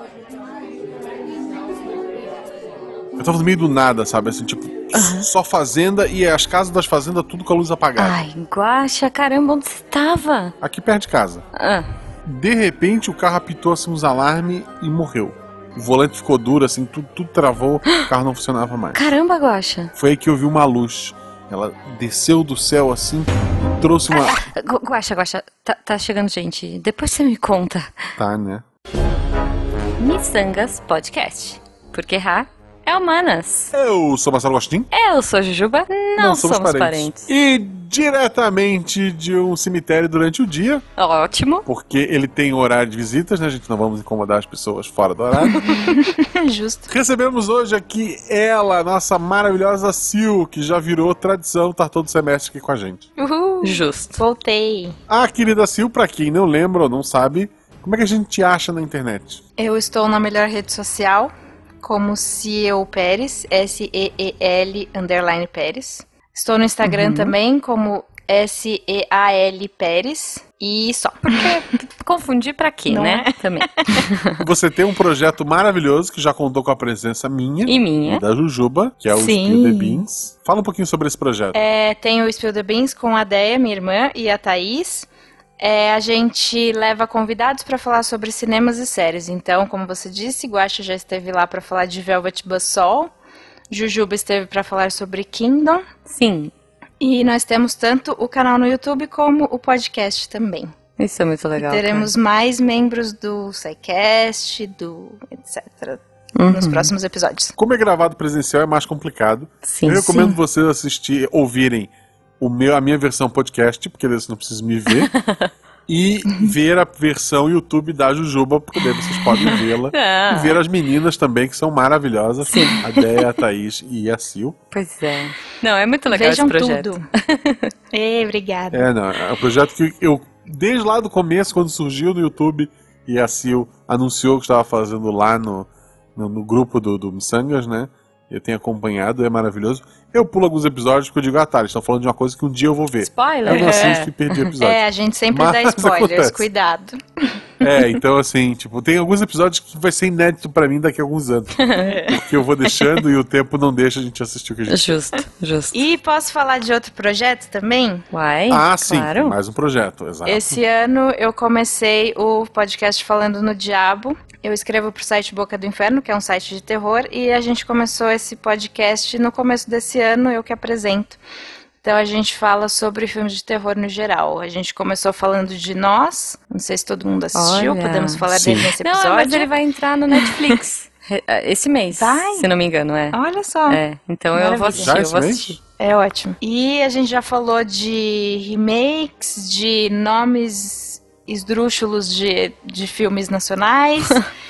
Eu tava no meio do nada, sabe? Assim, tipo, só fazenda e as casas das fazendas tudo com a luz apagada. Ai, Guaxa, caramba, onde você tava? Aqui perto de casa. De repente o carro apitou assim uns alarmes e morreu. O volante ficou duro, assim, tudo travou, o carro não funcionava mais. Caramba, Guaxa. Foi aí que eu vi uma luz. Ela desceu do céu assim e trouxe uma... Guaxa, tá chegando gente. Depois você me conta. Tá, né? Missangas Podcast. Porque errar é humanas. Eu sou Marcelo Agostinho. Eu sou Jujuba. Não somos parentes. E diretamente de um cemitério durante o dia. Ótimo. Porque ele tem horário de visitas, né? A gente não vamos incomodar as pessoas fora do horário. Justo. Recebemos hoje aqui ela, nossa maravilhosa Sil, que já virou tradição estar todo semestre aqui com a gente. Uhul. Justo. Voltei. A querida Sil, pra quem não lembra ou não sabe, como é que a gente te acha na internet? Eu estou na melhor rede social, como Ciel Pérez, SEEL_Pérez. Estou no Instagram também, como SEAL Pérez. E só. Porque confundir pra quê, Não né? é? Também. Você tem um projeto maravilhoso que já contou com a presença minha. E minha. E da Jujuba, que é o Sim. Spill the Beans. Fala um pouquinho sobre esse projeto. Tem o Spill the Beans com a Deia, minha irmã, e a Thaís. A gente leva convidados para falar sobre cinemas e séries. Então, como você disse, Guaxa já esteve lá para falar de Velvet Buzzsaw. Jujuba esteve para falar sobre Kingdom. Sim. E nós temos tanto o canal no YouTube como o podcast também. Isso é muito legal. E teremos mais membros do SciCast, do etc. Nos próximos episódios. Como é gravado presencial é mais complicado. Sim, Eu recomendo vocês ouvirem a minha versão podcast, porque daí vocês não precisam me ver. E ver a versão YouTube da Jujuba, porque daí vocês podem vê-la. E ver as meninas também, que são maravilhosas. Sim. A Déia, a Thaís e a Sil. Pois é. Não, é muito legal Vejam esse projeto. tudo. Obrigada. É um projeto que eu, desde lá do começo, quando surgiu no YouTube, e a Sil anunciou que estava fazendo lá no grupo do Missangas, né? Eu tenho acompanhado, é maravilhoso. Eu pulo alguns episódios porque eu digo, eles estão falando de uma coisa que um dia eu vou ver. Spoiler? Eu não assisto e perdi o episódio. A gente sempre Mas dá spoilers, acontece. cuidado. Então assim, tipo, tem alguns episódios que vai ser inédito pra mim daqui a alguns anos. Porque eu vou deixando e o tempo não deixa a gente assistir o que a gente... Justo. E posso falar de outro projeto também? Uai, sim, claro. mais um projeto, exato. Esse ano eu comecei o podcast Falando no Diabo. Eu escrevo pro site Boca do Inferno, que é um site de terror, e a gente começou esse podcast no começo desse ano, eu que apresento. Então a gente fala sobre filmes de terror no geral. A gente começou falando de Nós, não sei se todo mundo assistiu, Olha, podemos falar sim. dele nesse episódio. Não, mas ele vai entrar no Netflix esse mês, Vai? se não me engano, Olha só. Então eu vou assistir, Já eu esse vou mês? assistir. É ótimo. E a gente já falou de remakes, de nomes esdrúxulos de filmes nacionais.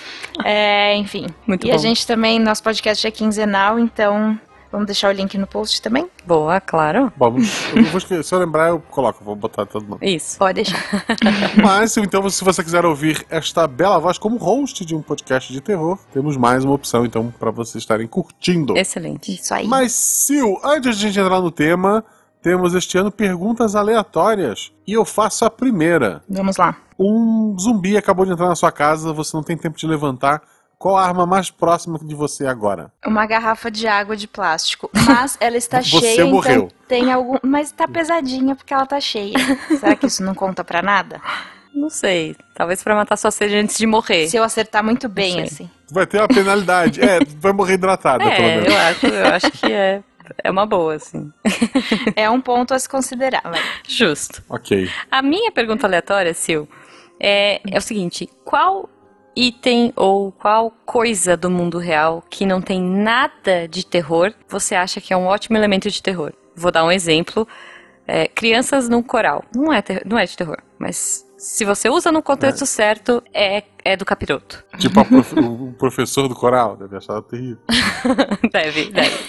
Enfim. Muito e bom. a gente também, nosso podcast é quinzenal, então vamos deixar o link no post também? Boa, claro. Bom, se eu lembrar, eu coloco, vou botar todo mundo. Isso. Pode deixar. Mas, então, se você quiser ouvir esta bela voz como host de um podcast de terror, temos mais uma opção, então, para vocês estarem curtindo. Excelente. Isso aí. Mas, Sil, antes de a gente entrar no tema, temos este ano perguntas aleatórias. E eu faço a primeira. Vamos lá. Um zumbi acabou de entrar na sua casa, você não tem tempo de levantar. Qual a arma mais próxima de você agora? Uma garrafa de água de plástico. Mas ela está Você cheia, morreu. então tem algum... Mas tá pesadinha porque ela tá cheia. Será que isso não conta pra nada? Não sei. Talvez pra matar sua sede antes de morrer. Se eu acertar muito bem, sei. assim. Vai ter uma penalidade. Vai morrer hidratada, pelo menos. eu acho que é uma boa, assim. É um ponto a se considerar, vai. Justo. Ok. A minha pergunta aleatória, Sil, é o seguinte: qual item ou qual coisa do mundo real que não tem nada de terror você acha que é um ótimo elemento de terror? Vou dar um exemplo. Crianças num coral. Não é de terror, mas se você usa no contexto certo, é do capiroto. Tipo o professor do coral, deve achar terrível. Deve.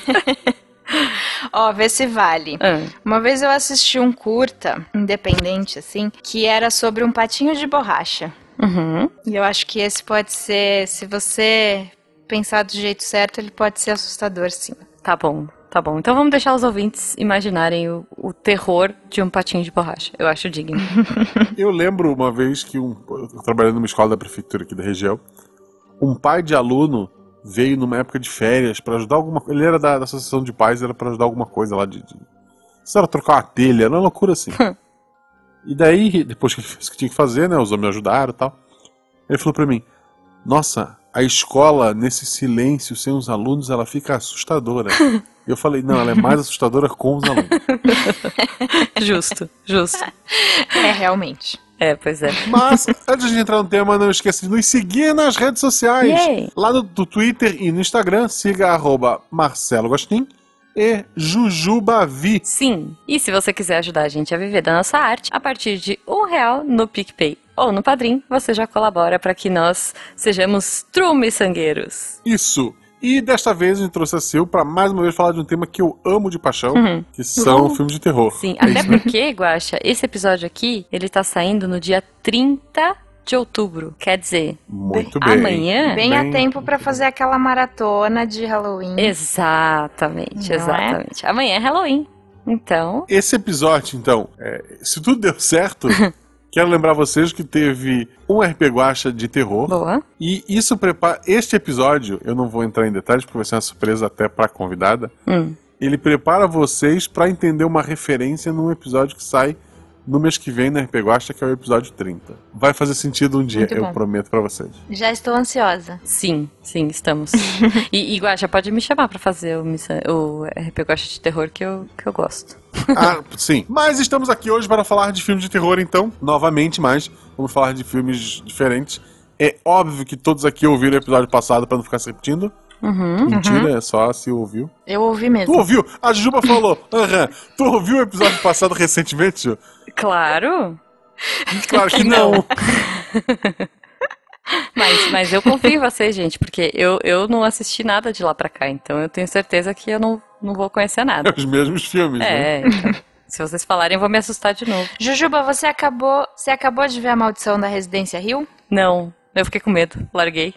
Vê se vale. Uma vez eu assisti um curta, independente, assim, que era sobre um patinho de borracha. Uhum. E eu acho que esse pode ser, se você pensar do jeito certo, ele pode ser assustador, sim. Tá bom. Então vamos deixar os ouvintes imaginarem o terror de um patinho de borracha. Eu acho digno. Eu lembro uma vez que eu trabalhando numa escola da prefeitura aqui da região, um pai de aluno veio numa época de férias pra ajudar alguma coisa. Ele era da associação de pais, era pra ajudar alguma coisa lá se era trocar uma telha, era uma loucura assim. E daí, depois que ele fez o que tinha que fazer, né, os homens me ajudaram e tal, ele falou pra mim, nossa, a escola, nesse silêncio, sem os alunos, ela fica assustadora. E eu falei, não, ela é mais assustadora com os alunos. Justo, justo. Realmente. Pois é. Mas, antes de entrar no tema, não esqueça de nos seguir nas redes sociais. Yay. Lá no Twitter e no Instagram, siga @MarceloGostin e Jujubavi. Sim, e se você quiser ajudar a gente a viver da nossa arte, a partir de R$1 no PicPay ou no Padrim, você já colabora para que nós sejamos true miçangueiros. Isso. E desta vez a gente trouxe a Sil pra mais uma vez falar de um tema que eu amo de paixão, que são filmes de terror. Sim, até porque, Guaxa, esse episódio aqui, ele tá saindo no dia 30 de outubro. Quer dizer, Muito bem. amanhã... Bem a tempo pra fazer aquela maratona de Halloween. Exatamente, Não exatamente. Amanhã é Halloween. Então... Esse episódio, então, se tudo deu certo, quero lembrar vocês que teve um RP Guaxa de terror. Boa. E isso prepara... Este episódio, eu não vou entrar em detalhes, porque vai ser uma surpresa até pra convidada. Ele prepara vocês pra entender uma referência num episódio que sai no mês que vem na RP Guaxa, que é o episódio 30. Vai fazer sentido um dia, Muito eu bom. prometo pra vocês. Já estou ansiosa. Sim, estamos. E Guaxa, pode me chamar pra fazer o RP Guaxa de terror que eu gosto. Sim. Mas estamos aqui hoje para falar de filmes de terror, então, novamente, mas vamos falar de filmes diferentes. É óbvio que todos aqui ouviram o episódio passado pra não ficar se repetindo. Mentira, é só se ouviu. Eu ouvi Tu mesmo. ouviu? A Juba falou. Tu ouviu o episódio passado recentemente, Ju? Claro! Claro que não. Mas eu confio em vocês, gente, porque eu não assisti nada de lá pra cá, então eu tenho certeza que eu não vou conhecer nada. Os mesmos filmes, né? Então, se vocês falarem, eu vou me assustar de novo. Jujuba, você acabou de ver A Maldição da Residência Hill? Não, eu fiquei com medo, larguei.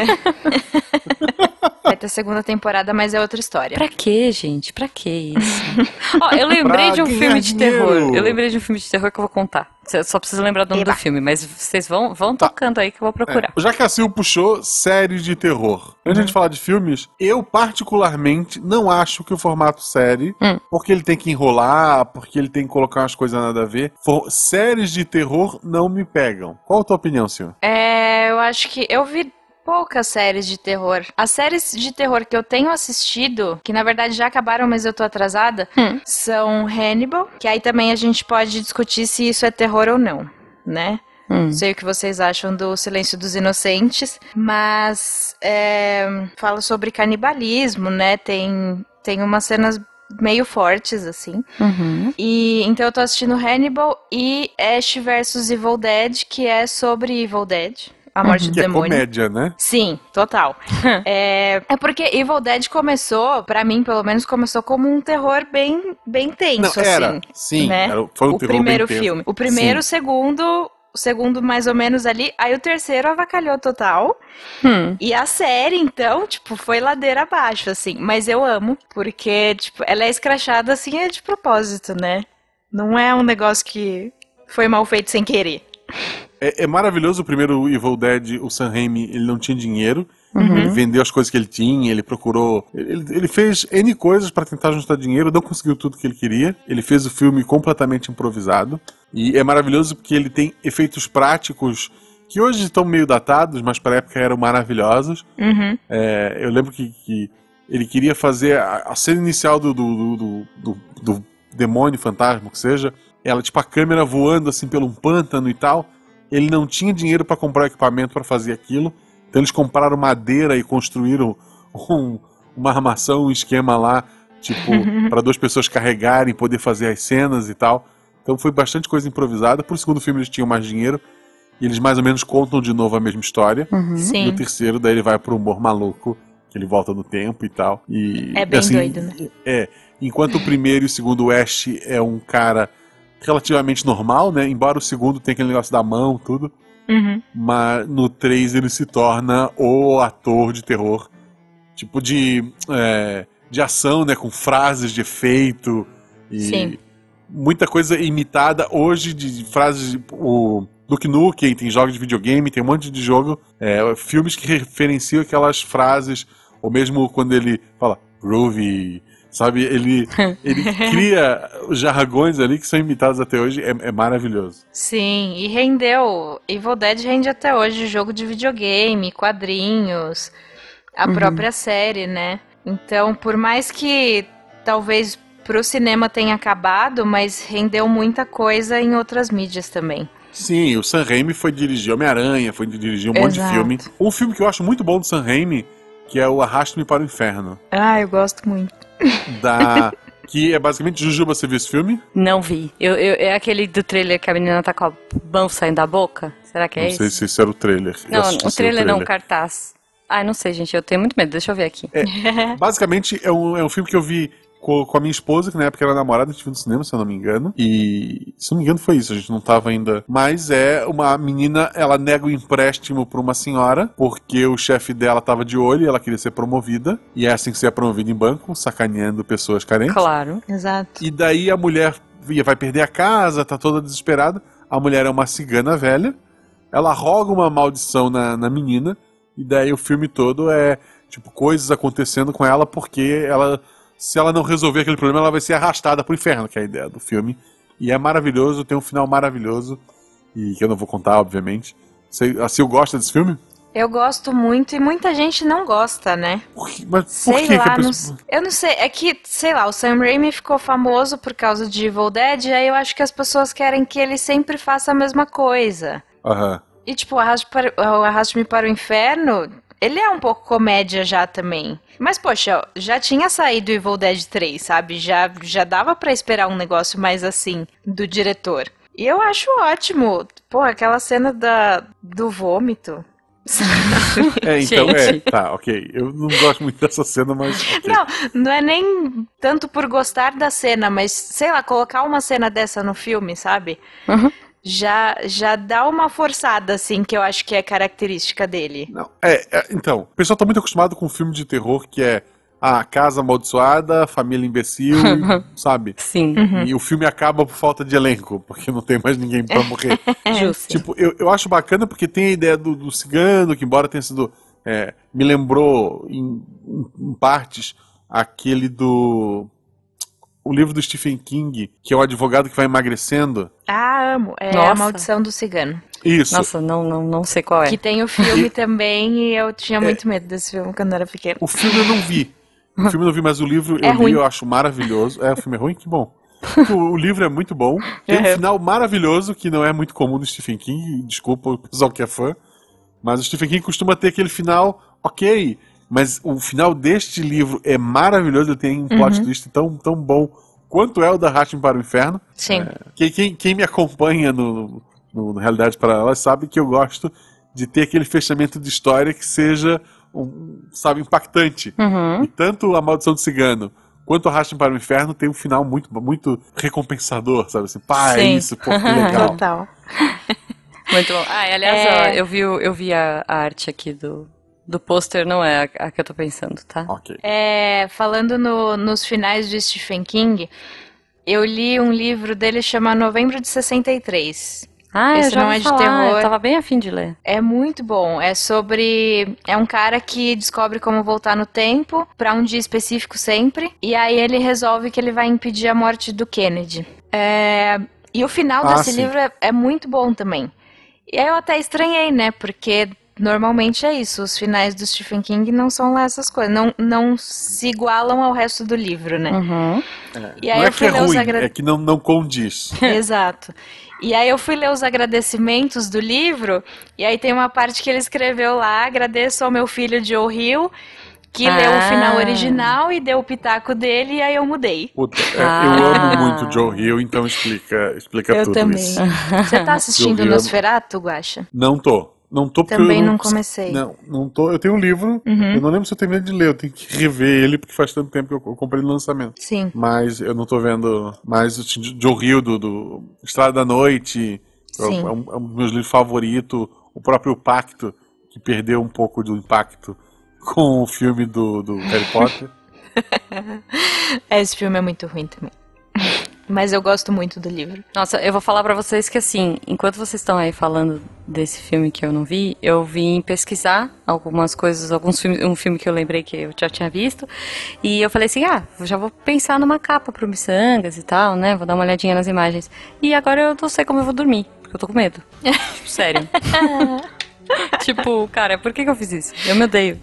Vai ter segunda temporada, mas é outra história. Pra quê, gente? Pra que isso? Ó, eu lembrei de um ganhar filme de dinheiro. terror. Eu lembrei de um filme de terror que eu vou contar. Eu só preciso lembrar do nome do filme, mas vocês vão tocando aí que eu vou procurar. Já que a Sil puxou séries de terror. Antes de a gente falar de filmes, eu particularmente não acho que o formato série, porque ele tem que enrolar, porque ele tem que colocar umas coisas nada a ver, séries de terror não me pegam. Qual a tua opinião, senhor? Eu acho que eu vi poucas séries de terror. As séries de terror que eu tenho assistido, que na verdade já acabaram, mas eu tô atrasada, são Hannibal, que aí também a gente pode discutir se isso é terror ou não, né? Não sei o que vocês acham do Silêncio dos Inocentes, mas fala sobre canibalismo, né? Tem umas cenas meio fortes, assim. E então eu tô assistindo Hannibal e Ash vs Evil Dead, que é sobre Evil Dead. A Morte do Que é Demônio. comédia, né? Sim, total. É porque Evil Dead começou, pra mim, pelo menos, começou como um terror bem tenso, era. assim. Sim, né? foi um o terror primeiro bem tenso. filme. O primeiro, Sim. o segundo mais ou menos ali, aí o terceiro avacalhou total. E a série, então, tipo, foi ladeira abaixo, assim. Mas eu amo, porque, tipo, ela é escrachada, assim, é de propósito, né? Não é um negócio que foi mal feito sem querer. É maravilhoso o primeiro Evil Dead, o Sam Raimi, ele não tinha dinheiro, ele vendeu as coisas que ele tinha, ele procurou, ele fez N coisas pra tentar juntar dinheiro, não conseguiu tudo que ele queria, ele fez o filme completamente improvisado, e é maravilhoso porque ele tem efeitos práticos que hoje estão meio datados, mas pra época eram maravilhosos. Eu lembro que ele queria fazer a cena inicial do demônio, fantasma, que seja, ela tipo a câmera voando assim pelo um pântano e tal. Ele não tinha dinheiro para comprar equipamento para fazer aquilo, então eles compraram madeira e construíram uma armação, um esquema lá, tipo, para 2 pessoas carregarem, poder fazer as cenas e tal. Então foi bastante coisa improvisada. Pro segundo filme eles tinham mais dinheiro e eles mais ou menos contam de novo a mesma história. Sim. No terceiro, daí ele vai pro humor maluco, que ele volta no tempo e tal. E, É bem assim, doido, né? Enquanto o primeiro e o segundo, o Ash é um cara relativamente normal, né? Embora o segundo tenha aquele negócio da mão, tudo. Mas no 3 ele se torna o ator de terror. Tipo de ação, né? Com frases de efeito. E Sim. muita coisa imitada hoje de frases. Duke Nukem, tem jogos de videogame, tem um monte de jogo, filmes que referenciam aquelas frases, ou mesmo quando ele fala groovy, sabe? Ele cria jargões ali que são imitados até hoje, é maravilhoso. Sim, e rendeu. Evil Dead rende até hoje jogo de videogame, quadrinhos, a própria série, né? Então, por mais que talvez pro cinema tenha acabado, mas rendeu muita coisa em outras mídias também. Sim, o Sam Raimi foi dirigir Homem-Aranha, foi dirigir um monte de filme. Um filme que eu acho muito bom do Sam Raimi, que é o Arraste-me para o Inferno. Ah, eu gosto muito. Que é basicamente Jujuba, você viu esse filme? Não vi. É aquele do trailer que a menina tá com a mão saindo da boca? Será que é isso? Não sei se esse era o trailer. Não, o trailer não, o cartaz. Ah, não sei, gente, eu tenho muito medo, deixa eu ver aqui. Basicamente, é um filme que eu vi com a minha esposa, que na época era namorada, a gente viu no cinema, se eu não me engano. E, se eu não me engano, foi isso, a gente não tava ainda. Mas uma menina, ela nega o empréstimo pra uma senhora, porque o chefe dela tava de olho e ela queria ser promovida. E é assim que você é promovido em banco, sacaneando pessoas carentes. Claro. Exato. E daí a mulher vai perder a casa, tá toda desesperada. A mulher é uma cigana velha. Ela roga uma maldição na menina. E daí o filme todo é, tipo, coisas acontecendo com ela, porque se ela não resolver aquele problema, ela vai ser arrastada pro inferno, que é a ideia do filme. E é maravilhoso, tem um final maravilhoso, e que eu não vou contar, obviamente. A Sil gosta desse filme? Eu gosto muito, e muita gente não gosta, né? Mas por Sei que lá, que a pessoa... eu não sei, é que, sei lá, o Sam Raimi ficou famoso por causa de Evil Dead, aí eu acho que as pessoas querem que ele sempre faça a mesma coisa. Aham. E tipo, o Arraste-me para o Inferno, ele é um pouco comédia já também. Mas, poxa, já tinha saído o Evil Dead 3, sabe? Já dava pra esperar um negócio mais assim, do diretor. E eu acho ótimo. Pô, aquela cena do vômito. Então tá, ok. Eu não gosto muito dessa cena, mas... Okay. Não é nem tanto por gostar da cena, mas, sei lá, colocar uma cena dessa no filme, sabe? Uhum. Já dá uma forçada, assim, que eu acho que é característica dele. Não, então, o pessoal tá muito acostumado com um filme de terror que é a casa amaldiçoada, família imbecil, sabe? Sim. E o filme acaba por falta de elenco, porque não tem mais ninguém pra morrer. Justo. Tipo, eu acho bacana porque tem a ideia do cigano, que embora tenha sido... me lembrou, em partes, aquele o livro do Stephen King, que é o advogado que vai emagrecendo. Ah, amo. É Nossa. A Maldição do Cigano. Isso. Nossa, não sei qual é. Que tem o filme também, e eu tinha muito medo desse filme quando eu era pequena. O filme eu não vi. Mas o livro eu li, ruim. eu acho maravilhoso. O filme é ruim? Que bom. O livro é muito bom. Tem um final maravilhoso, que não é muito comum do Stephen King. Desculpa o pessoal que é fã. Mas o Stephen King costuma ter aquele final, ok... Mas o final deste livro é maravilhoso, ele tem um plot twist tão bom quanto é o da Arraste-me para o Inferno. Sim. Quem me acompanha no Realidade Paralela sabe que eu gosto de ter aquele fechamento de história que seja, sabe, impactante. E tanto A Maldição do Cigano quanto Arraste-me para o Inferno tem um final muito, muito recompensador, sabe assim? Pá, é isso, pô, que legal. Total. Muito bom. Ah, e, aliás, ó, eu vi a arte aqui do pôster, não é a que eu tô pensando, tá? Ok. Falando nos finais de Stephen King, eu li um livro dele chamado Novembro de 63. Ah, Esse eu já não ouvi é de falar, terror. eu tava bem afim de ler. É muito bom. É um cara que descobre como voltar no tempo pra um dia específico sempre. E aí ele resolve que ele vai impedir a morte do Kennedy. E o final desse livro é muito bom também. E aí eu até estranhei, né? Porque normalmente é isso. Os finais do Stephen King não são lá essas coisas. Não se igualam ao resto do livro, né? E aí Não é eu fui que é ler os ruim, é que não condiz. Exato. E aí eu fui ler os agradecimentos do livro, e aí tem uma parte que ele escreveu lá: agradeço ao meu filho Joe Hill, que leu o final original e deu o pitaco dele, e aí eu mudei. Puta, eu amo muito Joe Hill, então explica Eu tudo também. isso. Você tá assistindo Joe Hill Nosferatu, Guaxa? Não tô porque Também eu não comecei. Não tô. Eu tenho um livro, eu não lembro se eu terminei de ler, eu tenho que rever ele, porque faz tanto tempo que eu comprei no lançamento. Sim. Mas eu não tô vendo mais o Joe Hill do Estrada da Noite, Sim. é um dos meus livros favoritos, o próprio Pacto, que perdeu um pouco do impacto com o filme do Harry Potter. Esse filme é muito ruim também. Mas eu gosto muito do livro. Nossa, eu vou falar pra vocês que assim, enquanto vocês estão aí falando desse filme que eu não vi, eu vim pesquisar algumas coisas, um filme que eu lembrei que eu já tinha visto, e eu falei assim, eu já vou pensar numa capa pro Missangas e tal, né, vou dar uma olhadinha nas imagens. E agora eu não sei como eu vou dormir, porque eu tô com medo. Tipo, sério. Tipo, cara, por que eu fiz isso? Eu me odeio.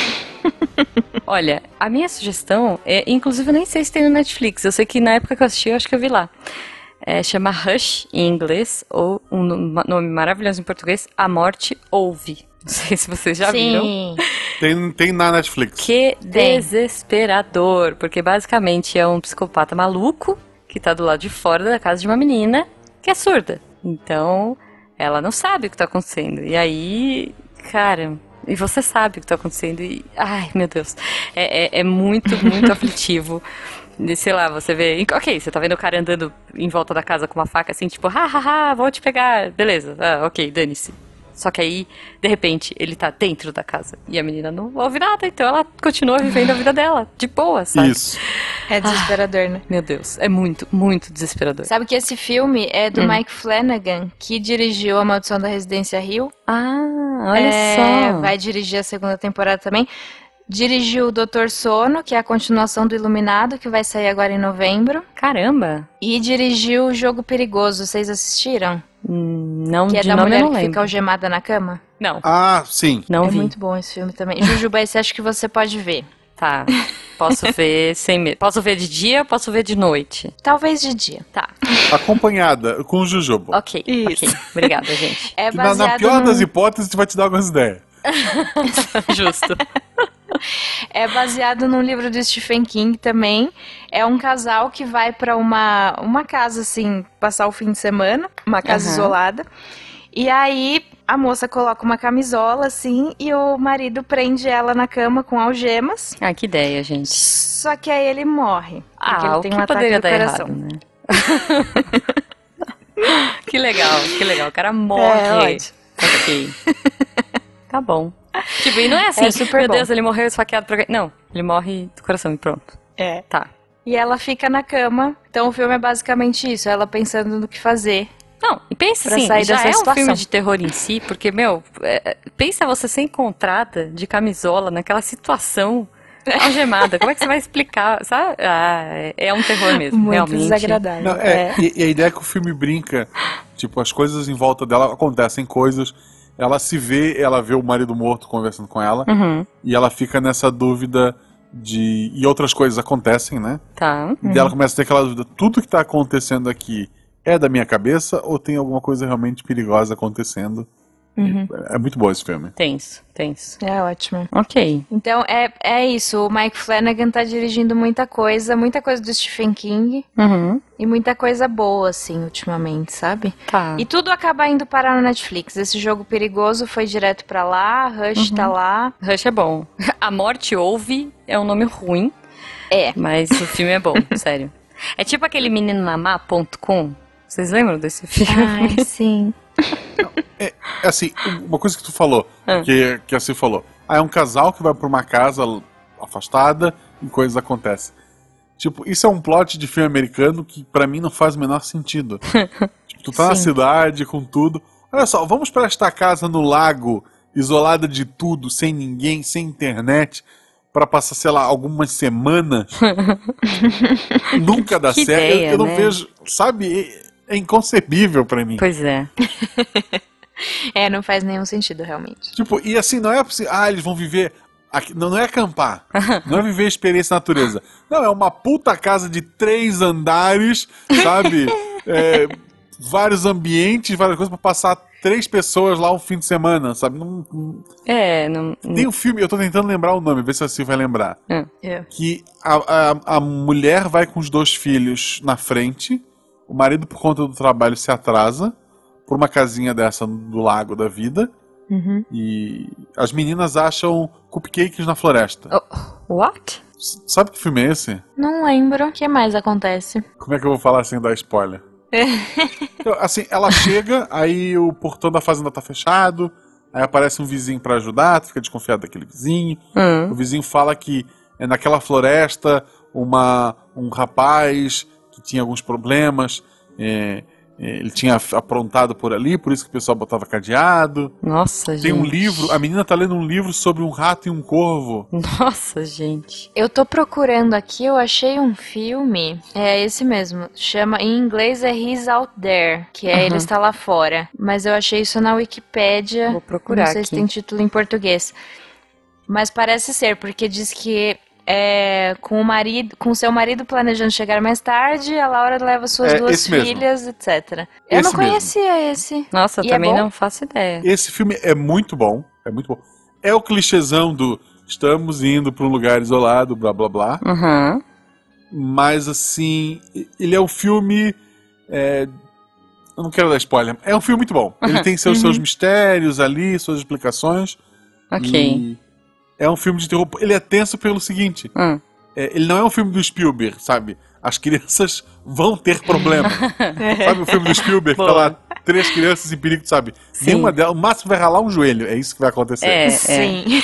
Olha, a minha sugestão inclusive eu nem sei se tem no Netflix, eu sei que na época que eu assisti, eu acho que eu vi lá. Chama Hush em inglês, ou um nome maravilhoso em português, A Morte Ouve. Não sei se vocês já viram. Tem na Netflix. Que desesperador, porque basicamente é um psicopata maluco que tá do lado de fora da casa de uma menina que é surda. Então, ela não sabe o que tá acontecendo. E aí, cara... E você sabe o que tá acontecendo e... Ai, meu Deus. É muito, muito aflitivo. Sei lá, você vê... Ok, você tá vendo o cara andando em volta da casa com uma faca assim, tipo... Vou te pegar. Beleza. Ok, dane-se. Só que aí, de repente, ele tá dentro da casa. E a menina não ouve nada, então ela continua vivendo a vida dela. De boa, sabe? Isso. É desesperador, né? Meu Deus, é muito, muito desesperador. Sabe que esse filme é do Mike Flanagan, que dirigiu A Maldição da Residência Hill. Olha só. Vai dirigir a segunda temporada também. Dirigiu o Doutor Sono, que é a continuação do Iluminado, que vai sair agora em novembro. Caramba. E dirigiu o Jogo Perigoso. Vocês assistiram? Não, que é de da nome mulher eu não que lembro. fica algemada na cama? Não. Sim. Não é vi. muito bom esse filme também. Jujuba, esse acho que você pode ver. Tá. Posso ver sem medo. Posso ver de dia ou posso ver de noite? Talvez de dia. Tá. Acompanhada, com o Jujuba. Ok. Obrigada, gente. É Que na pior das hipóteses, a gente vai te dar algumas ideias. Justo. É baseado num livro do Stephen King também. É um casal que vai pra uma casa, assim, passar o fim de semana. Uma casa isolada. E aí, a moça coloca uma camisola, assim, e o marido prende ela na cama com algemas. Que ideia, gente. Só que aí ele morre. Porque ele tem um ataque do coração. Errado, né? Que legal. O cara morre. Ok. Tá bom. Tipo, e não é assim, super meu bom. Deus, ele morreu esfaqueado por... Não, ele morre do coração e pronto. Tá. E ela fica na cama. Então o filme é basicamente isso, ela pensando no que fazer. Não, e pensa pra assim, sair já dessa é um situação. filme de terror em si, porque, pensa você ser encontrada de camisola naquela situação algemada. Como é que você vai explicar, sabe? É um terror mesmo, Muito realmente. desagradável. Não, e a ideia é que o filme brinca, tipo, as coisas em volta dela acontecem coisas, ela se vê, ela vê o marido morto conversando com ela, e ela fica nessa dúvida de... E outras coisas acontecem, né? Tá. E ela começa a ter aquela dúvida, tudo que tá acontecendo aqui é da minha cabeça ou tem alguma coisa realmente perigosa acontecendo? É muito bom esse filme. Tenso. É ótimo. Ok. Então é isso, o Mike Flanagan tá dirigindo muita coisa do Stephen King e muita coisa boa, assim, ultimamente, sabe? Tá. E tudo acaba indo parar no Netflix. Esse Jogo Perigoso foi direto pra lá, Rush tá lá. Rush é bom. A Morte Ouve é um nome ruim. Mas o filme é bom, sério. É tipo aquele meninonamá.com. Vocês lembram desse filme? Ai, sim. Assim, uma coisa que tu falou, que assim falou. É um casal que vai pra uma casa afastada e coisas acontecem. Tipo, isso é um plot de filme americano que pra mim não faz o menor sentido. Tipo, tu tá na cidade com tudo. Olha só, vamos pra esta casa no lago, isolada de tudo, sem ninguém, sem internet, pra passar, sei lá, algumas semanas. Nunca dá Que certo. ideia, eu não né? vejo, sabe? É inconcebível pra mim. Pois é. Não faz nenhum sentido, realmente. Tipo, e assim, não é possível. Eles vão viver. Aqui, não é acampar. Não é viver a experiência natureza. Não, é uma puta casa de 3 andares, sabe? Vários ambientes, várias coisas pra passar 3 pessoas lá um fim de semana, sabe? Tem um filme, eu tô tentando lembrar o nome, ver se você vai lembrar. Que a mulher vai com os 2 filhos na frente, o marido, por conta do trabalho, se atrasa por uma casinha dessa do lago da vida. E as meninas acham cupcakes na floresta. What? Sabe que filme é esse? Não lembro. O que mais acontece? Como é que eu vou falar sem dar spoiler? Então, assim, ela chega, aí o portão da fazenda tá fechado, aí aparece um vizinho pra ajudar, tu fica desconfiado daquele vizinho. O vizinho fala que naquela floresta um rapaz que tinha alguns problemas, ele tinha aprontado por ali, por isso que o pessoal botava cadeado. Nossa, gente. Tem um livro, a menina tá lendo um livro sobre um rato e um corvo. Nossa, gente. Eu tô procurando aqui, eu achei um filme, é esse mesmo, chama, em inglês é He's Out There, que é Ele Está Lá Fora, mas eu achei isso na Wikipédia. Vou procurar não sei se aqui. tem título em português, mas parece ser, porque diz que com seu marido planejando chegar mais tarde, a Laura leva suas duas filhas, etc. Eu não conhecia esse. Nossa, eu também não faço ideia. Esse filme é muito bom, É o clichêzão do estamos indo para um lugar isolado, blá blá blá. Uhum. Mas assim, ele é um filme. Eu não quero dar spoiler. É um filme muito bom. Ele tem seus mistérios ali, suas explicações. Ok. E é um filme de terror. Ele é tenso pelo seguinte: ele não é um filme do Spielberg, sabe? As crianças vão ter problema. Sabe o filme do Spielberg? Tá lá 3 crianças em perigo, sabe? Sim. Nenhuma delas, o máximo vai ralar um joelho. É isso que vai acontecer. Sim.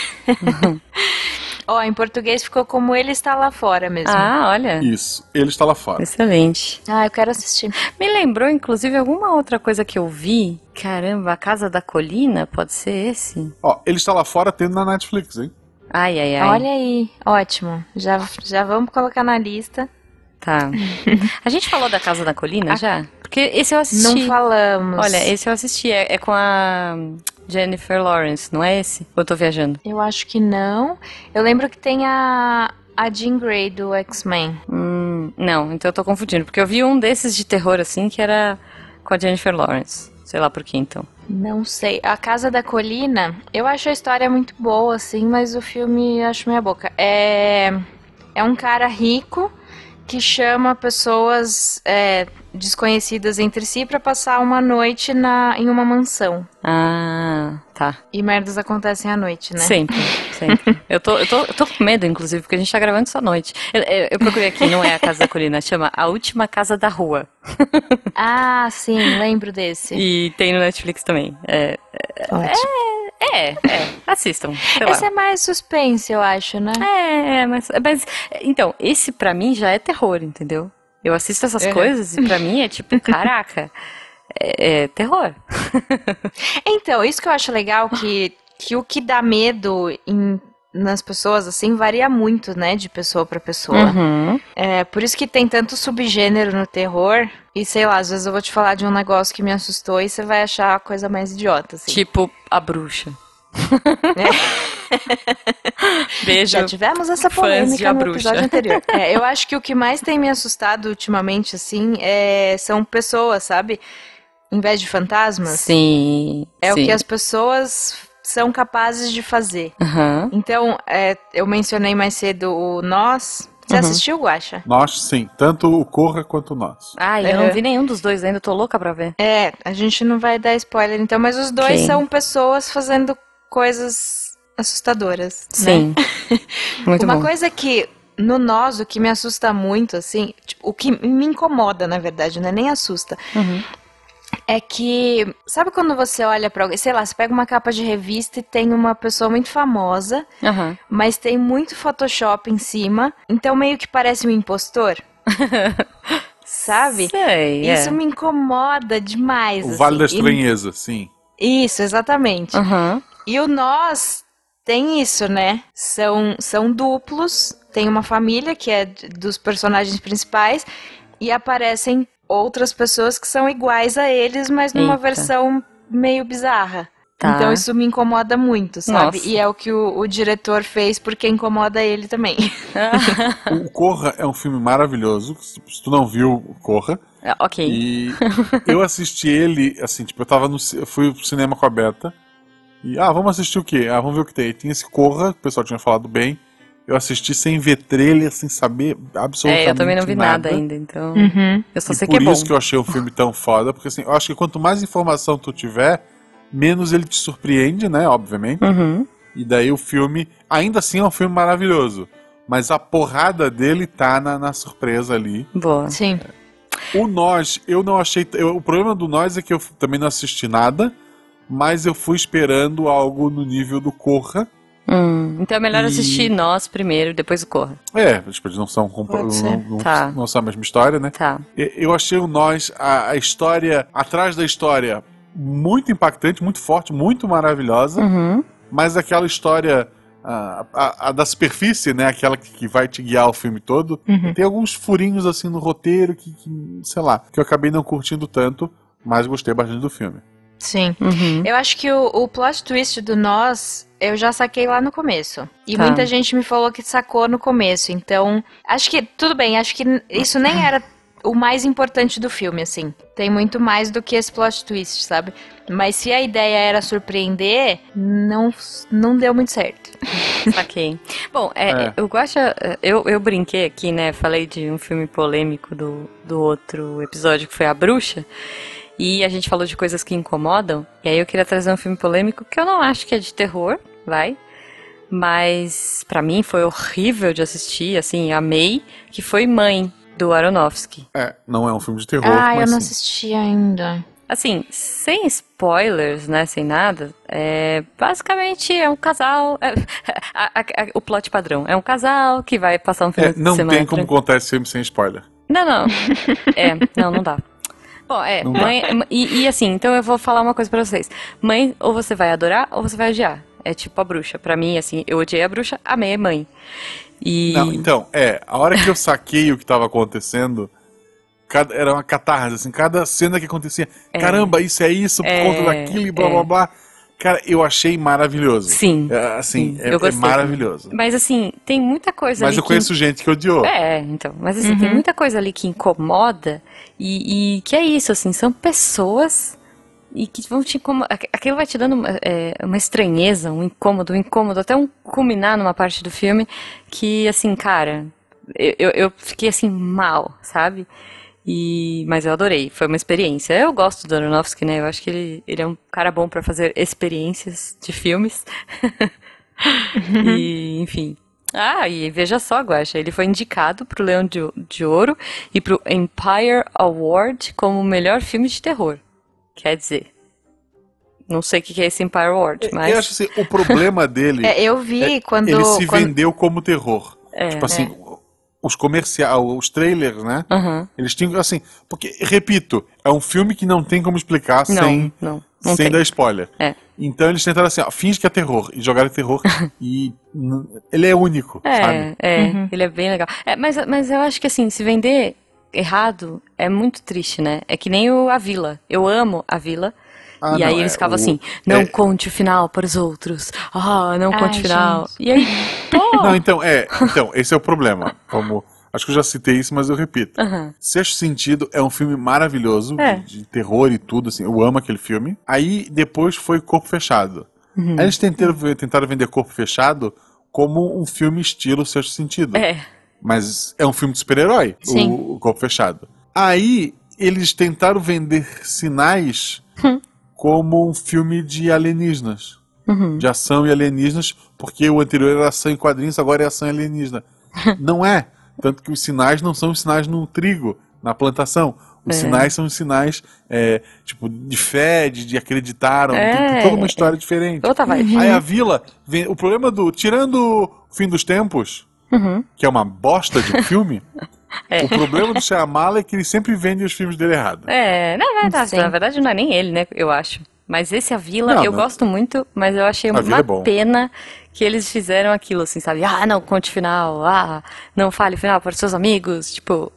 Em português ficou como Ele Está Lá Fora mesmo. Ah, olha. Isso, Ele Está Lá Fora. Excelente. Eu quero assistir. Me lembrou, inclusive, alguma outra coisa que eu vi. Caramba, A Casa da Colina? Pode ser esse? Ele Está Lá Fora tendo na Netflix, hein? Ai. Olha aí, ótimo. Já vamos colocar na lista. Tá. A gente falou da Casa da Colina já? Porque esse eu assisti. Não falamos. Olha, esse eu assisti. É com a Jennifer Lawrence, não é esse? Ou eu tô viajando? Eu acho que não. Eu lembro que tem a Jean Grey do X-Men. Não, então eu tô confundindo. Porque eu vi um desses de terror, assim, que era com a Jennifer Lawrence. Sei lá por que, então. Não sei. A Casa da Colina, eu acho a história muito boa, assim, mas o filme eu acho meia boca. É um cara rico que chama pessoas desconhecidas entre si pra passar uma noite em uma mansão. Ah, tá. E merdas acontecem à noite, né? Sempre. Eu tô com medo, inclusive, porque a gente tá gravando isso à noite. Eu procurei aqui, não é a Casa da Colina, chama A Última Casa da Rua. Ah, sim, lembro desse. E tem no Netflix também. Ótimo. Assistam. Esse é mais suspense, eu acho, né? Mas então, esse pra mim já é terror, entendeu? Eu assisto essas coisas e pra mim é tipo, caraca, é terror. Então, isso que eu acho legal, que o que dá medo nas pessoas, assim, varia muito, né, de pessoa pra pessoa. Uhum. Por isso que tem tanto subgênero no terror, e sei lá, às vezes eu vou te falar de um negócio que me assustou e você vai achar a coisa mais idiota, assim. Tipo, A Bruxa. Beijo. Já tivemos essa polêmica no episódio anterior. Eu acho que o que mais tem me assustado ultimamente, assim, são pessoas, sabe? Em vez de fantasmas. Sim. O que as pessoas são capazes de fazer. Uhum. Então, eu mencionei mais cedo o Nós. Você assistiu, Guaxa? Nós, sim. Tanto o Corra quanto o Nós. Eu não vi nenhum dos dois ainda, tô louca pra ver. A gente não vai dar spoiler, então, mas os dois são pessoas fazendo coisas assustadoras. Sim. Né? Muito Uma bom. coisa que, no Nós, o que me assusta muito, assim, tipo, o que me incomoda, na verdade, não é nem assusta, é que, sabe quando você olha pra alguém, sei lá, você pega uma capa de revista e tem uma pessoa muito famosa, mas tem muito Photoshop em cima, então meio que parece um impostor? Sabe? Sei, Isso me incomoda demais. O Vale da Estranheza, sim. Isso, exatamente. E o Nós tem isso, né? São duplos, tem uma família que é dos personagens principais e aparecem outras pessoas que são iguais a eles, mas numa versão meio bizarra. Tá. Então isso me incomoda muito, sabe? Nossa. E é o que o diretor fez porque incomoda ele também. O Corra é um filme maravilhoso. Se tu não viu, Corra. Ok. E eu assisti ele, assim, tipo, eu fui pro cinema com a Beta. E, vamos assistir o quê? Vamos ver o que tem. Tinha esse Corra, que o pessoal tinha falado bem. Eu assisti sem ver trailer, sem saber absolutamente nada. Eu também não vi nada ainda, então... Eu só sei que é bom. Por isso que eu achei o filme tão foda, porque assim, eu acho que quanto mais informação tu tiver, menos ele te surpreende, né, obviamente. E daí o filme, ainda assim é um filme maravilhoso, mas a porrada dele tá na surpresa ali. Boa. Sim. O Nós, eu não achei... o problema do Nós é que eu também não assisti nada, mas eu fui esperando algo no nível do Corra. Então é melhor assistir Nós primeiro, depois o Corra. Tipo, eles não são, Tá. não são a mesma história, né? Tá. Eu achei o Nós, a história, atrás da história, muito impactante, muito forte, muito maravilhosa, mas aquela história... A da superfície, né? Aquela que vai te guiar o filme todo. Tem alguns furinhos assim no roteiro que, sei lá, que eu acabei não curtindo tanto, mas gostei bastante do filme. Sim. Eu acho que o plot twist do Nós, eu já saquei lá no começo. E muita gente me falou que sacou no começo. Então, acho que, tudo bem, acho que isso nem era o mais importante do filme, assim. Tem muito mais do que esse plot twist, sabe? Mas se a ideia era surpreender, não deu muito certo. Saquei. Bom, eu gosto. Eu brinquei aqui, né? Falei de um filme polêmico do outro episódio, que foi A Bruxa. E a gente falou de coisas que incomodam. E aí eu queria trazer um filme polêmico que eu não acho que é de terror, mas pra mim foi horrível de assistir, assim, amei, que foi Mãe, do Aronofsky. Não é um filme de terror, mas eu não sim. assisti ainda. Assim, sem spoilers, né, sem nada, basicamente é um casal, o plot padrão, é um casal que vai passar um final de semana. Não tem como contar esse filme sem spoiler. Não. Não dá. Bom, Mãe, e assim, então eu vou falar uma coisa pra vocês. Mãe, ou você vai adorar, ou você vai odiar. É tipo a Bruxa. Pra mim, assim, eu odiei a Bruxa, amei a Mãe. Não, então, a hora que eu saquei o que estava acontecendo, era uma catarse, assim, cada cena que acontecia, caramba, isso é isso, por conta daquilo e blá blá blá. Cara, eu achei maravilhoso. Sim. Eu gostei, maravilhoso. Mas assim, tem muita coisa ali. Mas eu conheço gente que odiou. Então. Mas assim, tem muita coisa ali que incomoda e que é isso, assim, são pessoas e que vão te incomodar. Aquilo vai te dando uma estranheza, um incômodo, até culminar numa parte do filme que, assim, cara, eu fiquei assim mal, sabe? Mas eu adorei, foi uma experiência. Eu gosto do Aronofsky, né? Eu acho que ele é um cara bom pra fazer experiências de filmes. E, enfim. E veja só, Guaxa, ele foi indicado pro Leão de Ouro e pro Empire Award como o melhor filme de terror. Quer dizer, não sei o que é esse Empire Award, mas... Eu acho assim, o problema dele... eu vi quando... Ele se vendeu como terror. Tipo assim... Os comerciais, os trailers, né? Eles tinham, assim... Porque, repito, é um filme que não tem como explicar sem dar spoiler. Então eles tentaram assim, finge que é terror. E jogaram terror. E ele é único, sabe? Ele é bem legal. Mas eu acho que, assim, se vender errado é muito triste, né? É que nem A Vila. Eu amo A Vila. E aí eles ficavam assim, não conte o final para os outros. Não conte o final. Gente. E aí, Não, então, esse é o problema. Acho que eu já citei isso, mas eu repito. Sexto Sentido é um filme maravilhoso, de terror e tudo, assim. Eu amo aquele filme. Aí, depois foi Corpo Fechado. Aí eles tentaram vender Corpo Fechado como um filme estilo Sexto Sentido. Mas é um filme de super-herói, o Corpo Fechado. Aí, eles tentaram vender Sinais... como um filme de alienígenas. De ação e alienígenas, porque o anterior era ação em quadrinhos, agora é ação e alienígena. Não é. Tanto que os sinais não são os sinais no trigo, na plantação. Os sinais são os sinais, tipo, de fé, de acreditaram. Tem toda uma história diferente. Aí a Vila, o problema tirando o Fim dos Tempos, que é uma bosta de filme... O problema do Shyamalan é que ele sempre vende os filmes dele errado. Na verdade não é nem ele, né, eu acho. Mas esse A Vila, eu gosto muito, mas eu achei uma pena que eles fizeram aquilo, assim, sabe? Não conte final, não fale final para os seus amigos, tipo...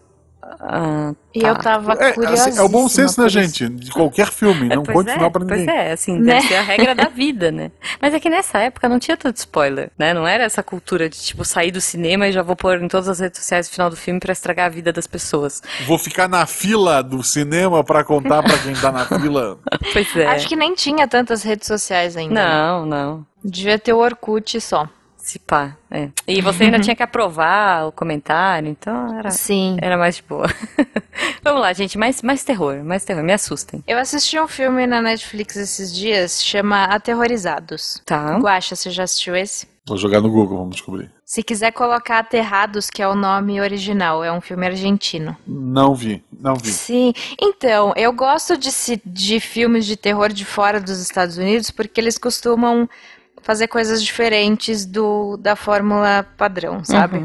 E eu tava curiosíssima. Assim, é o bom senso, né, gente? De qualquer filme, não conte final pra ninguém. Pois assim, deve ser a regra da vida, né? Mas é que nessa época não tinha tanto spoiler, né? Não era essa cultura de, tipo, sair do cinema e já vou pôr em todas as redes sociais o final do filme pra estragar a vida das pessoas. Vou ficar na fila do cinema pra contar pra quem tá na fila. Pois é. Acho que nem tinha tantas redes sociais ainda. Não. Devia ter o Orkut só. Se pá, E você ainda tinha que aprovar o comentário, então era mais de boa. Vamos lá, gente, mais terror, me assustem. Eu assisti um filme na Netflix esses dias, chama Aterrorizados. Tá. Guaxa, você já assistiu esse? Vou jogar no Google, vamos descobrir. Se quiser colocar Aterrados, que é o nome original, é um filme argentino. Não vi. Sim, então, eu gosto de filmes de terror de fora dos Estados Unidos, porque eles costumam fazer coisas diferentes da fórmula padrão, sabe?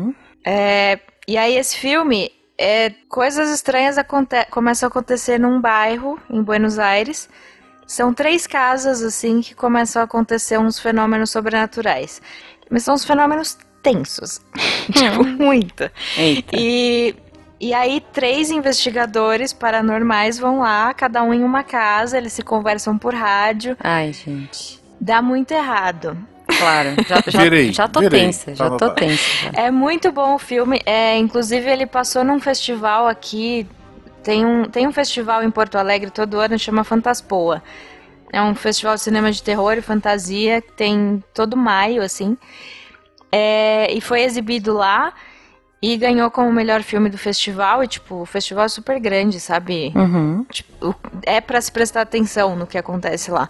E aí esse filme, coisas estranhas começam a acontecer num bairro em Buenos Aires. São 3 casas, assim, que começam a acontecer uns fenômenos sobrenaturais. Mas são uns fenômenos tensos. Tipo, muito. Eita. E aí 3 investigadores paranormais vão lá, cada um em uma casa, eles se conversam por rádio. Ai, gente. Dá muito errado. Claro, já tô tensa. É muito bom o filme. Inclusive, ele passou num festival aqui. Tem um festival em Porto Alegre todo ano, chama Fantaspoa. É um festival de cinema de terror e fantasia que tem todo maio, assim. E foi exibido lá e ganhou como o melhor filme do festival. E, tipo, o festival é super grande, sabe? Tipo, é pra se prestar atenção no que acontece lá.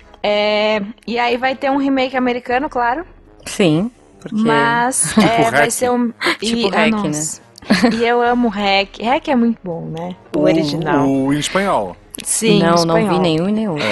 E aí vai ter um remake americano, claro. Sim, porque... Mas vai ser um... Tipo Hack, né? E eu amo Hack. Hack é muito bom, né? O original. O em espanhol. Sim, não, em espanhol. Não vi nenhum e nem outro.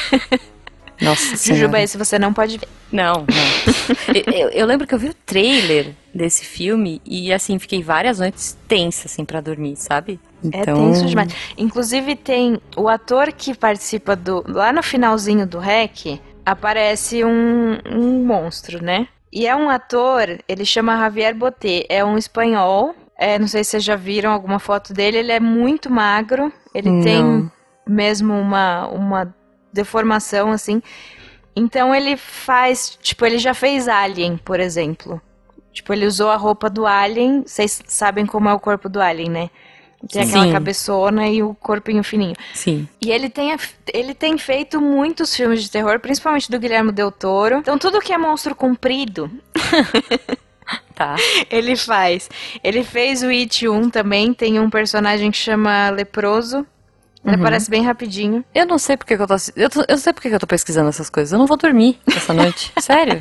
Nossa Senhora. Jujuba, esse você não pode ver. Não. eu lembro que eu vi o trailer desse filme e, assim, fiquei várias noites tensa, assim, pra dormir, sabe? É tenso demais. Inclusive, tem o ator que participa lá no finalzinho do Hack, aparece um monstro, né? E é um ator, ele chama Javier Botet, é um espanhol. Não sei se vocês já viram alguma foto dele, ele é muito magro, ele tem mesmo uma deformação, assim. Então ele faz, tipo, ele já fez Alien, por exemplo. Tipo, ele usou a roupa do Alien, vocês sabem como é o corpo do Alien, né? Tem aquela cabeçona e o corpinho fininho. Sim. E ele tem feito muitos filmes de terror, principalmente do Guillermo del Toro. Então tudo que é monstro comprido... Tá. Ele faz. Ele fez o It 1 também, tem um personagem que chama Leproso. Ele aparece bem rapidinho. Eu não sei porque que eu tô... Eu não sei porque que eu tô pesquisando essas coisas. Eu não vou dormir essa noite. Sério?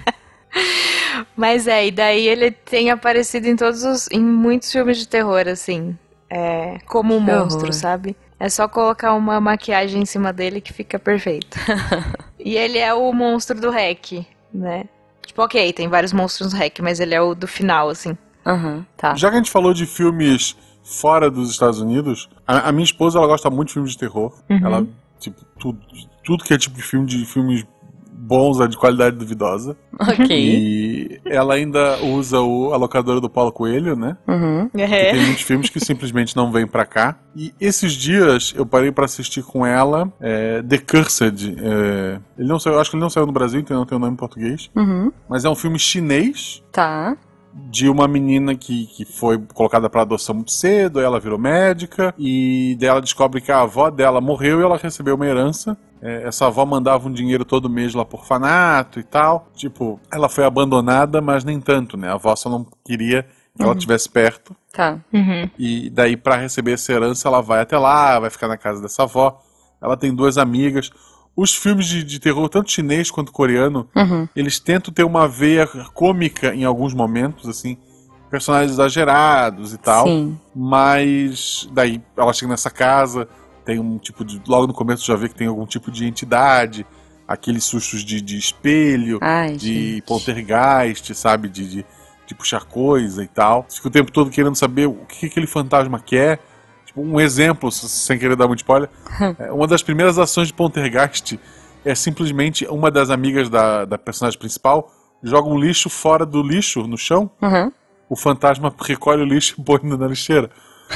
Mas e daí ele tem aparecido em muitos filmes de terror, assim. Como um monstro, sabe? É só colocar uma maquiagem em cima dele que fica perfeito. E ele é o monstro do Hack, né? Tipo, ok, tem vários monstros no Hack, mas ele é o do final, assim. Tá. Já que a gente falou de filmes fora dos Estados Unidos, a minha esposa, ela gosta muito de filmes de terror. Ela, tipo, tudo que é tipo de filmes bons, é de qualidade duvidosa. Ok. E ela ainda usa a locadora do Paulo Coelho, né? Tem muitos filmes que simplesmente não vêm pra cá. E esses dias eu parei pra assistir com ela The Cursed. Ele não saiu, acho que ele não saiu no Brasil, então não tem o nome em português. Mas é um filme chinês. Tá. De uma menina que foi colocada para adoção muito cedo, ela virou médica, e daí ela descobre que a avó dela morreu e ela recebeu uma herança. Essa avó mandava um dinheiro todo mês lá por orfanato e tal. Tipo, ela foi abandonada, mas nem tanto, né? A avó só não queria que ela estivesse perto. Tá. E daí, para receber essa herança, ela vai até lá, vai ficar na casa dessa avó. Ela tem 2 amigas. Os filmes de terror, tanto chinês quanto coreano, eles tentam ter uma veia cômica em alguns momentos, assim, personagens exagerados e tal. Sim. Mas daí ela chega nessa casa, tem um tipo de... Logo no começo já vê que tem algum tipo de entidade, aqueles sustos de espelho, de poltergeist, sabe? De puxar coisa e tal. Fica o tempo todo querendo saber o que aquele fantasma quer. Um exemplo, sem querer dar muito spoiler, uma das primeiras ações de poltergeist é simplesmente uma das amigas da personagem principal joga um lixo fora do lixo, no chão, o fantasma recolhe o lixo e põe na lixeira.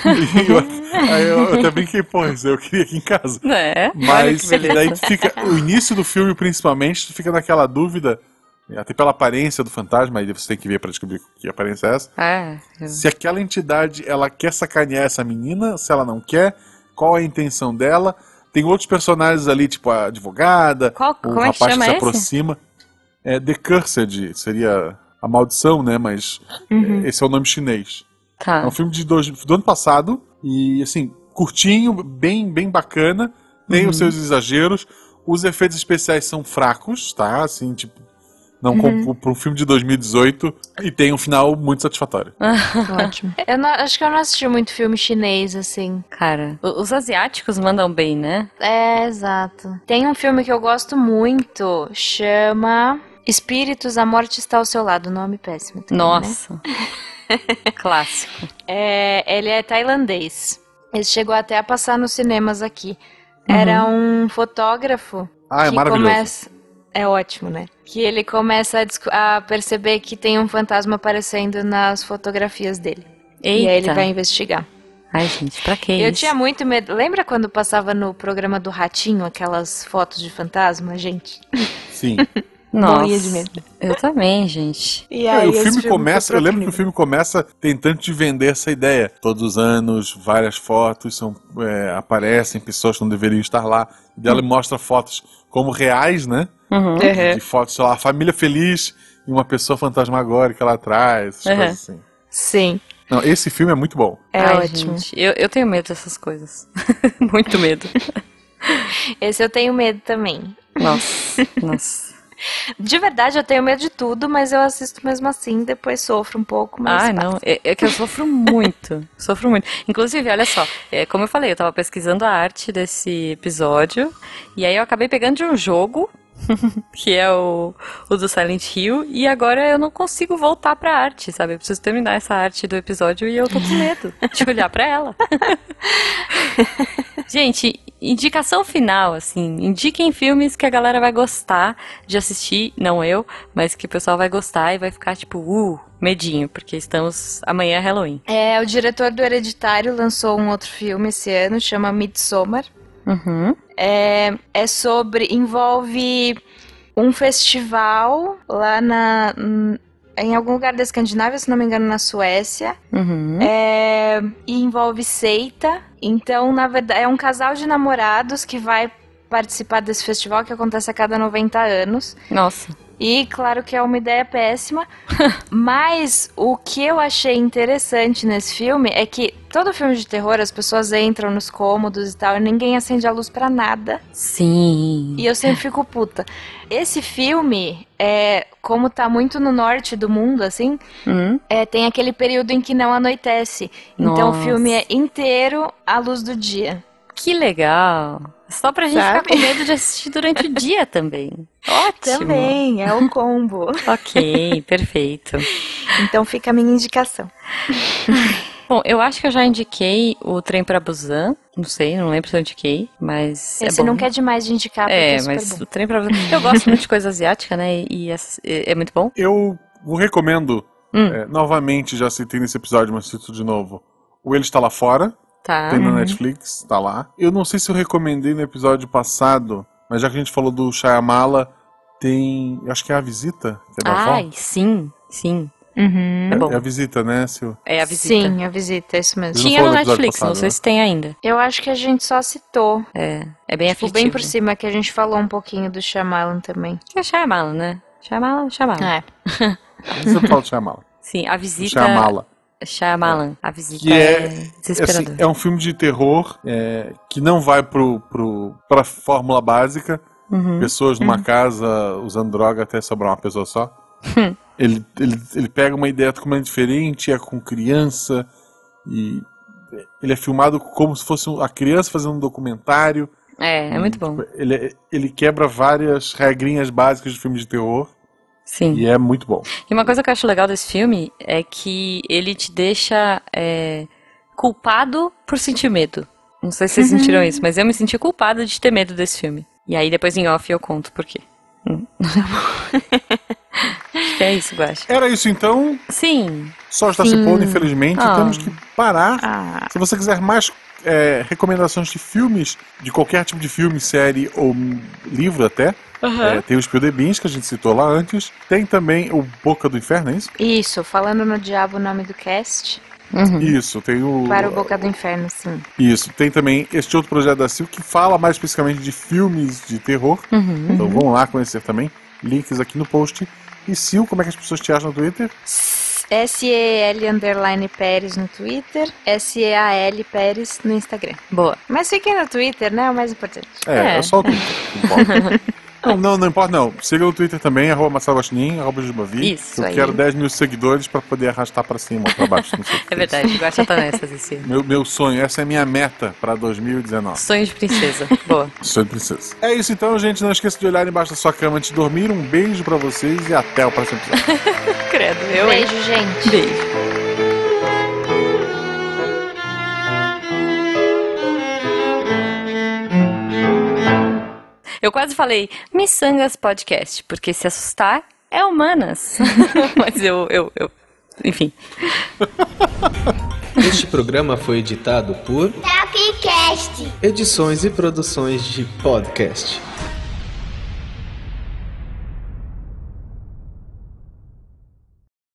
Aí eu até brinquei, isso eu queria aqui em casa. Mas daí fica, o início do filme principalmente, tu fica naquela dúvida, até pela aparência do fantasma, aí você tem que ver pra descobrir que aparência é essa. Se aquela entidade, ela quer sacanear essa menina, se ela não quer, qual é a intenção dela. Tem outros personagens ali, tipo a advogada, o rapaz que se aproxima. The Cursed, seria a maldição, né? Mas esse é o nome chinês. Tá. É um filme do ano passado, e assim, curtinho, bem bacana, tem os seus exageros, os efeitos especiais são fracos, tá? Assim, tipo, não como para um filme de 2018, e tem um final muito satisfatório. Ótimo. Acho que eu não assisti muito filme chinês, assim. Cara, os asiáticos mandam bem, né? Exato. Tem um filme que eu gosto muito, chama Espíritos, a morte está ao seu lado. Nome péssimo também, Nossa. Né? Clássico. Ele é tailandês. Ele chegou até a passar nos cinemas aqui. Era um fotógrafo É que maravilhoso. começa... É ótimo, né? Que ele começa a perceber que tem um fantasma aparecendo nas fotografias dele. Eita. E aí ele vai investigar. Ai, gente, pra que Eu isso? tinha muito medo. Lembra quando passava no programa do Ratinho aquelas fotos de fantasma, gente? Sim. Nossa, morria de medo. eu também, gente. E É, aí o filme esse começa, foi eu pro lembro que o outro filme começa tentando te vender essa ideia. Todos os anos, várias fotos aparecem, pessoas que não deveriam estar lá. E ela mostra fotos como reais, né? nível. De fotos, sei lá, a família feliz e uma pessoa fantasmagórica lá atrás, essas coisas assim. Sim, Não, esse filme é muito bom. é Ai, ótimo. gente, eu tenho medo dessas coisas. Muito medo. Esse eu tenho medo também. Nossa. De verdade, eu tenho medo de tudo, mas eu assisto mesmo assim, depois sofro um pouco, mas Ah, não, é que eu sofro muito. Sofro muito. Inclusive, olha só, como eu falei, eu tava pesquisando a arte desse episódio, e aí eu acabei pegando de um jogo, que é o do Silent Hill, e agora eu não consigo voltar pra arte, sabe? Eu preciso terminar essa arte do episódio e eu tô com medo de olhar pra ela. Gente, indicação final, assim, indiquem filmes que a galera vai gostar de assistir, não eu, mas que o pessoal vai gostar e vai ficar tipo, medinho, porque amanhã é Halloween. o diretor do Hereditário lançou um outro filme esse ano, chama Midsommar. Uhum. Envolve um festival lá em algum lugar da Escandinávia, se não me engano, na Suécia. Uhum. E envolve seita. Então, na verdade, é um casal de namorados que vai participar desse festival que acontece a cada 90 anos. Nossa. E claro que é uma ideia péssima, mas o que eu achei interessante nesse filme é que todo filme de terror as pessoas entram nos cômodos e tal e ninguém acende a luz pra nada. Sim. E eu sempre fico puta. Esse filme, como tá muito no norte do mundo, assim, tem aquele período em que não anoitece. Então o Nossa. filme é inteiro à luz do dia. Que legal. Só pra gente Sabe? ficar com medo de assistir durante o dia também. Ótimo. Também, é um combo. Ok, perfeito. Então fica a minha indicação. Bom, eu acho que eu já indiquei o Trem pra Busan. Não sei, não lembro se eu indiquei, mas Esse é bom. não quer demais de indicar, porque é super mas bom. o Trem pra Busan... Eu gosto muito de coisa asiática, né? E é muito bom. Eu recomendo, novamente, já citei nesse episódio, mas cito de novo. O Ele Está Lá Fora, Tá. tem na Netflix, tá lá. Eu não sei se eu recomendei no episódio passado, mas já que a gente falou do Shyamala, tem, acho que é A Visita, que é da avó. Ai, sim. Uhum. bom. É A Visita, né, Sil? É a visita. Sim, a visita, é isso mesmo. Eles não Tinha no falaram do episódio Netflix, passado, não sei né? se tem ainda. Eu acho que a gente só citou. É bem Tipo, afetivo. bem por cima, que a gente falou um pouquinho do Shyamalan também. É Shyamalan, né? Shyamalan. Você fala do Shyamala. Sim, a visita... Shyamala. Shyamalan. A visita Que é assim, desesperador. é um filme de terror que não vai pra fórmula básica. Pessoas numa casa usando droga até sobrar uma pessoa só. Ele pega uma ideia totalmente diferente, é com criança, e ele é filmado como se fosse a criança fazendo um documentário. É muito bom. Ele quebra várias regrinhas básicas de filme de terror. Sim. E é muito bom. E uma coisa que eu acho legal desse filme é que ele te deixa culpado por sentir medo. Não sei se vocês sentiram isso, mas eu me senti culpada de ter medo desse filme. E aí depois em off eu conto por quê. Acho que é isso, Guaxa. Era isso então. Sim. Só está se pondo, infelizmente. Ah. Temos que parar. Se você quiser mais recomendações de filmes, de qualquer tipo de filme, série ou livro até, tem o Spill the Beans, que a gente citou lá antes. Tem também o Boca do Inferno, é isso? Isso, falando no diabo o nome do cast. Isso, tem o... Para o Boca do Inferno, sim. Isso, tem também este outro projeto da Sil que fala mais especificamente de filmes de terror. Então vamos lá conhecer também. Links aqui no post. E Sil, como é que as pessoas te acham no Twitter? SEL_Pérez no Twitter, SEAL Pérez no Instagram. Boa. Mas fiquem no Twitter, né? É o mais importante. É só o Twitter. Não importa. Não importa não. Siga no Twitter também, @MarceloGuaxinim, @Jujubavi. Isso Eu aí. quero 10 mil seguidores pra poder arrastar pra cima ou pra baixo. Não sei o que É verdade, o Guaxa tá nessas esse ano. Meu sonho, essa é a minha meta pra 2019. Sonho de princesa. Boa. Sonho de princesa. É isso então, gente. Não esqueça de olhar embaixo da sua cama antes de dormir. Um beijo pra vocês e até o próximo episódio. Credo, eu. hein? Beijo, gente. Beijo. Eu quase falei Missangas Podcast, porque se assustar é humanas. Mas eu. Enfim. Este programa foi editado por Tapcast. Edições e Produções de Podcast.